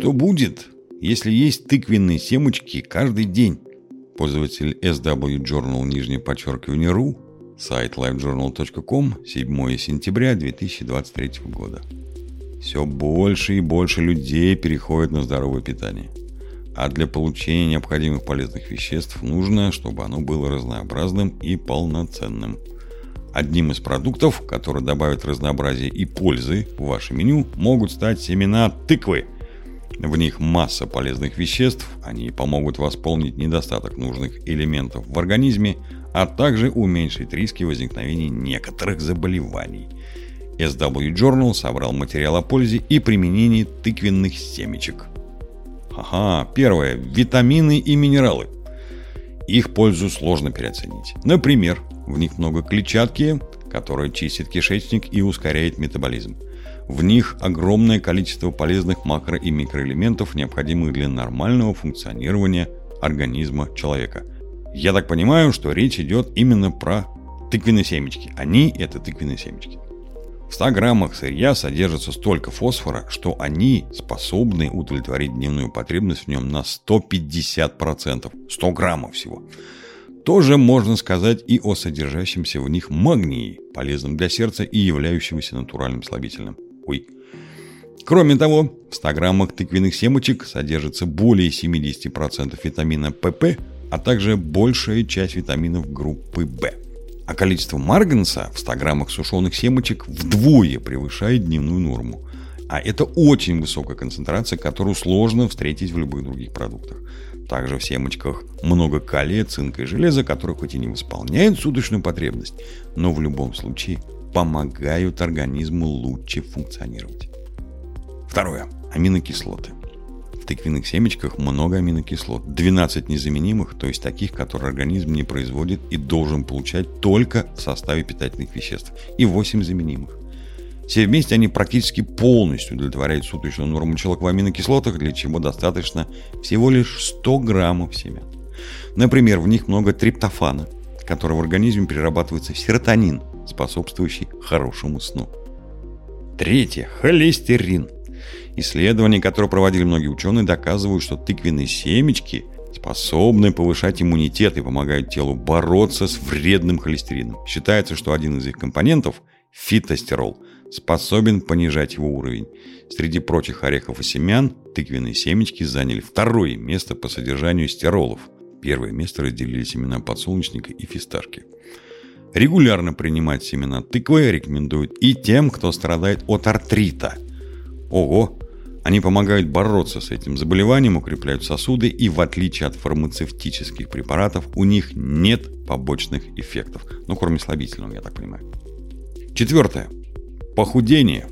Что будет, если есть тыквенные семечки каждый день? Пользователь swjournal_ru, сайт livejournal.com, 7 сентября 2023 года. Все больше и больше людей переходят на здоровое питание. А для получения необходимых полезных веществ нужно, чтобы оно было разнообразным и полноценным. Одним из продуктов, которые добавят разнообразия и пользы в ваше меню, могут стать семена тыквы. В них масса полезных веществ, они помогут восполнить недостаток нужных элементов в организме, а также уменьшить риски возникновения некоторых заболеваний. SW Journal собрал материал о пользе и применении тыквенных семечек. Первое. Витамины и минералы. Их пользу сложно переоценить. Например, в них много клетчатки, которая чистит кишечник и ускоряет метаболизм. В них огромное количество полезных макро- и микроэлементов, необходимых для нормального функционирования организма человека. Я так понимаю, что речь идет именно про тыквенные семечки. Они – это тыквенные семечки. В 100 граммах сырья содержится столько фосфора, что они способны удовлетворить дневную потребность в нем на 150%. 100 граммов всего. Тоже можно сказать и о содержащемся в них магнии, полезном для сердца и являющегося натуральным слабительным. Кроме того, в 100 граммах тыквенных семечек содержится более 70% витамина ПП, а также большая часть витаминов группы В. А количество марганца в 100 граммах сушеных семечек вдвое превышает дневную норму. А это очень высокая концентрация, которую сложно встретить в любых других продуктах. Также в семечках много калия, цинка и железа, которые хоть и не восполняют суточную потребность, но в любом случае помогают организму лучше функционировать. Второе. Аминокислоты. В тыквенных семечках много аминокислот. 12 незаменимых, то есть таких, которые организм не производит и должен получать только в составе питательных веществ. И 8 заменимых. Все вместе они практически полностью удовлетворяют суточную норму человека в аминокислотах, для чего достаточно всего лишь 100 граммов семян. Например, в них много триптофана, который в организме перерабатывается в серотонин, способствующий хорошему сну. Третье. Холестерин. Исследования, которые проводили многие ученые, доказывают, что тыквенные семечки способны повышать иммунитет и помогают телу бороться с вредным холестерином. Считается, что один из их компонентов, фитостерол, способен понижать его уровень. Среди прочих орехов и семян тыквенные семечки заняли второе место по содержанию стеролов. Первое место разделили семена подсолнечника и фисташки. Регулярно принимать семена тыквы рекомендуют и тем, кто страдает от артрита. Ого! Они помогают бороться с этим заболеванием, укрепляют сосуды и, в отличие от фармацевтических препаратов, у них нет побочных эффектов. Ну, кроме слабительного, я так понимаю. Четвертое. Похудение.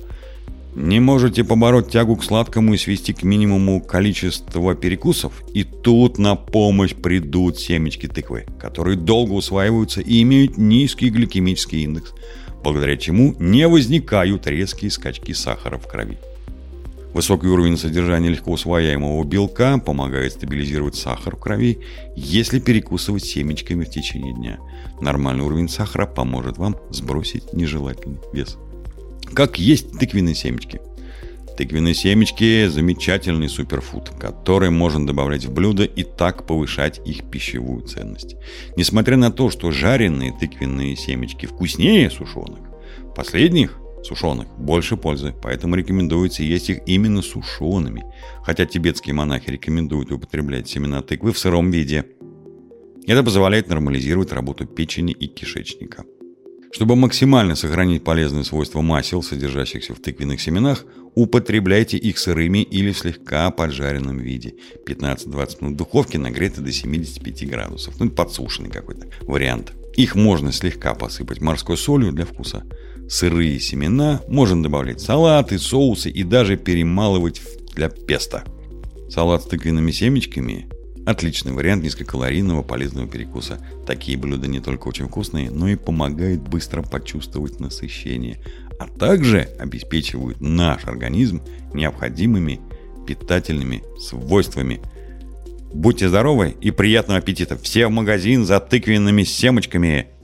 Не можете побороть тягу к сладкому и свести к минимуму количество перекусов? И тут на помощь придут семечки тыквы, которые долго усваиваются и имеют низкий гликемический индекс, благодаря чему не возникают резкие скачки сахара в крови. Высокий уровень содержания легко усвояемого белка помогает стабилизировать сахар в крови, если перекусывать семечками в течение дня. Нормальный уровень сахара поможет вам сбросить нежелательный вес. Как есть тыквенные семечки? Тыквенные семечки – замечательный суперфуд, который можно добавлять в блюда и так повышать их пищевую ценность. Несмотря на то, что жареные тыквенные семечки вкуснее сушеных, последних сушеных больше пользы, поэтому рекомендуется есть их именно сушеными, хотя тибетские монахи рекомендуют употреблять семена тыквы в сыром виде. Это позволяет нормализировать работу печени и кишечника. Чтобы максимально сохранить полезные свойства масел, содержащихся в тыквенных семенах, употребляйте их сырыми или в слегка поджаренном виде. 15-20 минут в духовке, нагреты до 75 градусов. Ну, это подсушенный какой-то вариант. Их можно слегка посыпать морской солью для вкуса. Сырые семена можно добавлять в салаты, соусы и даже перемалывать для песто. Салат с тыквенными семечками – отличный вариант низкокалорийного полезного перекуса. Такие блюда не только очень вкусные, но и помогают быстро почувствовать насыщение, а также обеспечивают наш организм необходимыми питательными свойствами. Будьте здоровы и приятного аппетита! Все в магазин за тыквенными семечками!